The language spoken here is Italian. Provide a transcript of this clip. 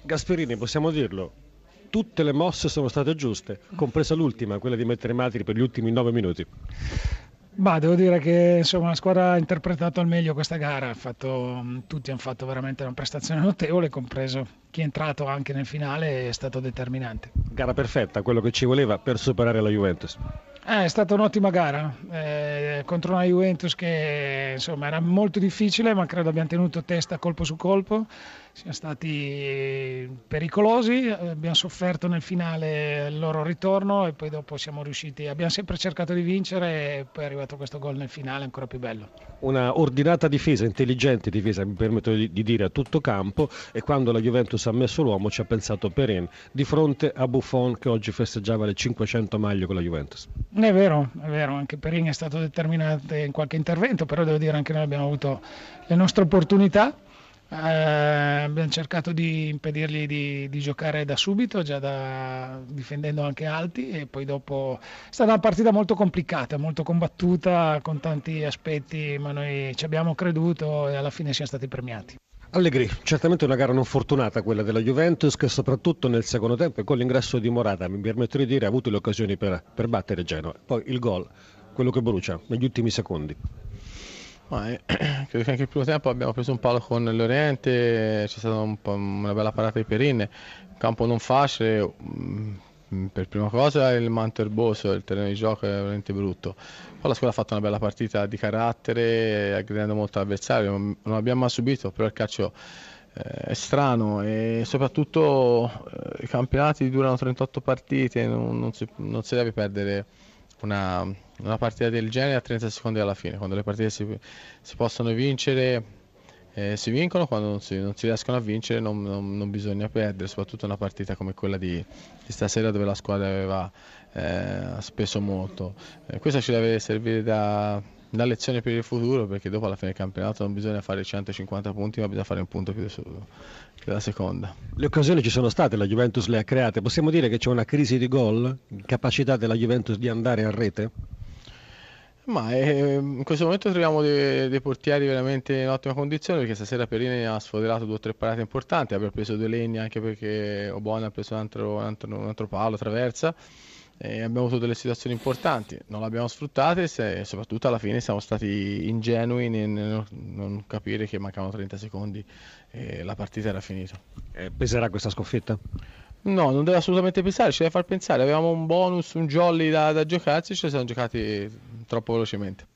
Gasperini, possiamo dirlo, tutte le mosse sono state giuste, compresa l'ultima, quella di mettere Matri per gli ultimi 9 minuti. Bah, devo dire che insomma, la squadra ha interpretato al meglio questa gara, tutti hanno fatto veramente una prestazione notevole, compreso chi è entrato anche nel finale, è stato determinante. Gara perfetta, quello che ci voleva per superare la Juventus. È stata un'ottima gara contro una Juventus che insomma, era molto difficile, ma credo abbiamo tenuto testa colpo su colpo, siamo stati pericolosi, abbiamo sofferto nel finale il loro ritorno e poi dopo siamo riusciti, abbiamo sempre cercato di vincere e poi è arrivato questo gol nel finale ancora più bello. Una ordinata difesa, intelligente difesa, mi permetto di dire, a tutto campo, e quando la Juventus ha messo l'uomo ci ha pensato Perin di fronte a Buffon che oggi festeggiava le 500 maglie con la Juventus. È vero, anche Perin è stato determinante in qualche intervento, però devo dire anche noi abbiamo avuto le nostre opportunità. Abbiamo cercato di impedirgli di giocare da subito, difendendo anche alti e poi dopo è stata una partita molto complicata, molto combattuta con tanti aspetti, ma noi ci abbiamo creduto e alla fine siamo stati premiati. Allegri, certamente una gara non fortunata quella della Juventus che soprattutto nel secondo tempo e con l'ingresso di Morata, mi permetto di dire, ha avuto le occasioni per battere Genoa. Poi il gol, quello che brucia negli ultimi secondi. Credo che anche il primo tempo abbiamo preso un palo con l'Oriente, c'è stata una bella parata di Perin, campo non facile, per prima cosa il manto erboso, il terreno di gioco è veramente brutto. Poi la squadra ha fatto una bella partita di carattere, aggredendo molto l'avversario, non abbiamo mai subito, però il calcio è strano e soprattutto i campionati durano 38 partite, non si deve perdere una partita del genere a 30 secondi alla fine, quando le partite si possono vincere, si vincono, quando non si riescono a vincere non bisogna perdere, soprattutto una partita come quella di stasera dove la squadra aveva speso molto. Questo ci deve servire da lezione per il futuro, perché dopo alla fine del campionato non bisogna fare 150 punti, ma bisogna fare un punto più della seconda. Le occasioni ci sono state, la Juventus le ha create, possiamo dire che c'è una crisi di gol, incapacità della Juventus di andare a rete? In questo momento troviamo dei portieri veramente in ottima condizione, perché stasera Perini ha sfoderato 2 o 3 parate importanti, abbiamo preso 2 legni anche perché Obona ha preso un altro palo, traversa, e abbiamo avuto delle situazioni importanti, non le abbiamo sfruttate e soprattutto alla fine siamo stati ingenui nel non capire che mancavano 30 secondi e la partita era finita. Peserà questa sconfitta? No, non deve assolutamente pensare, ci deve far pensare. Avevamo un bonus, un jolly da giocarsi, ce li siamo giocati troppo velocemente.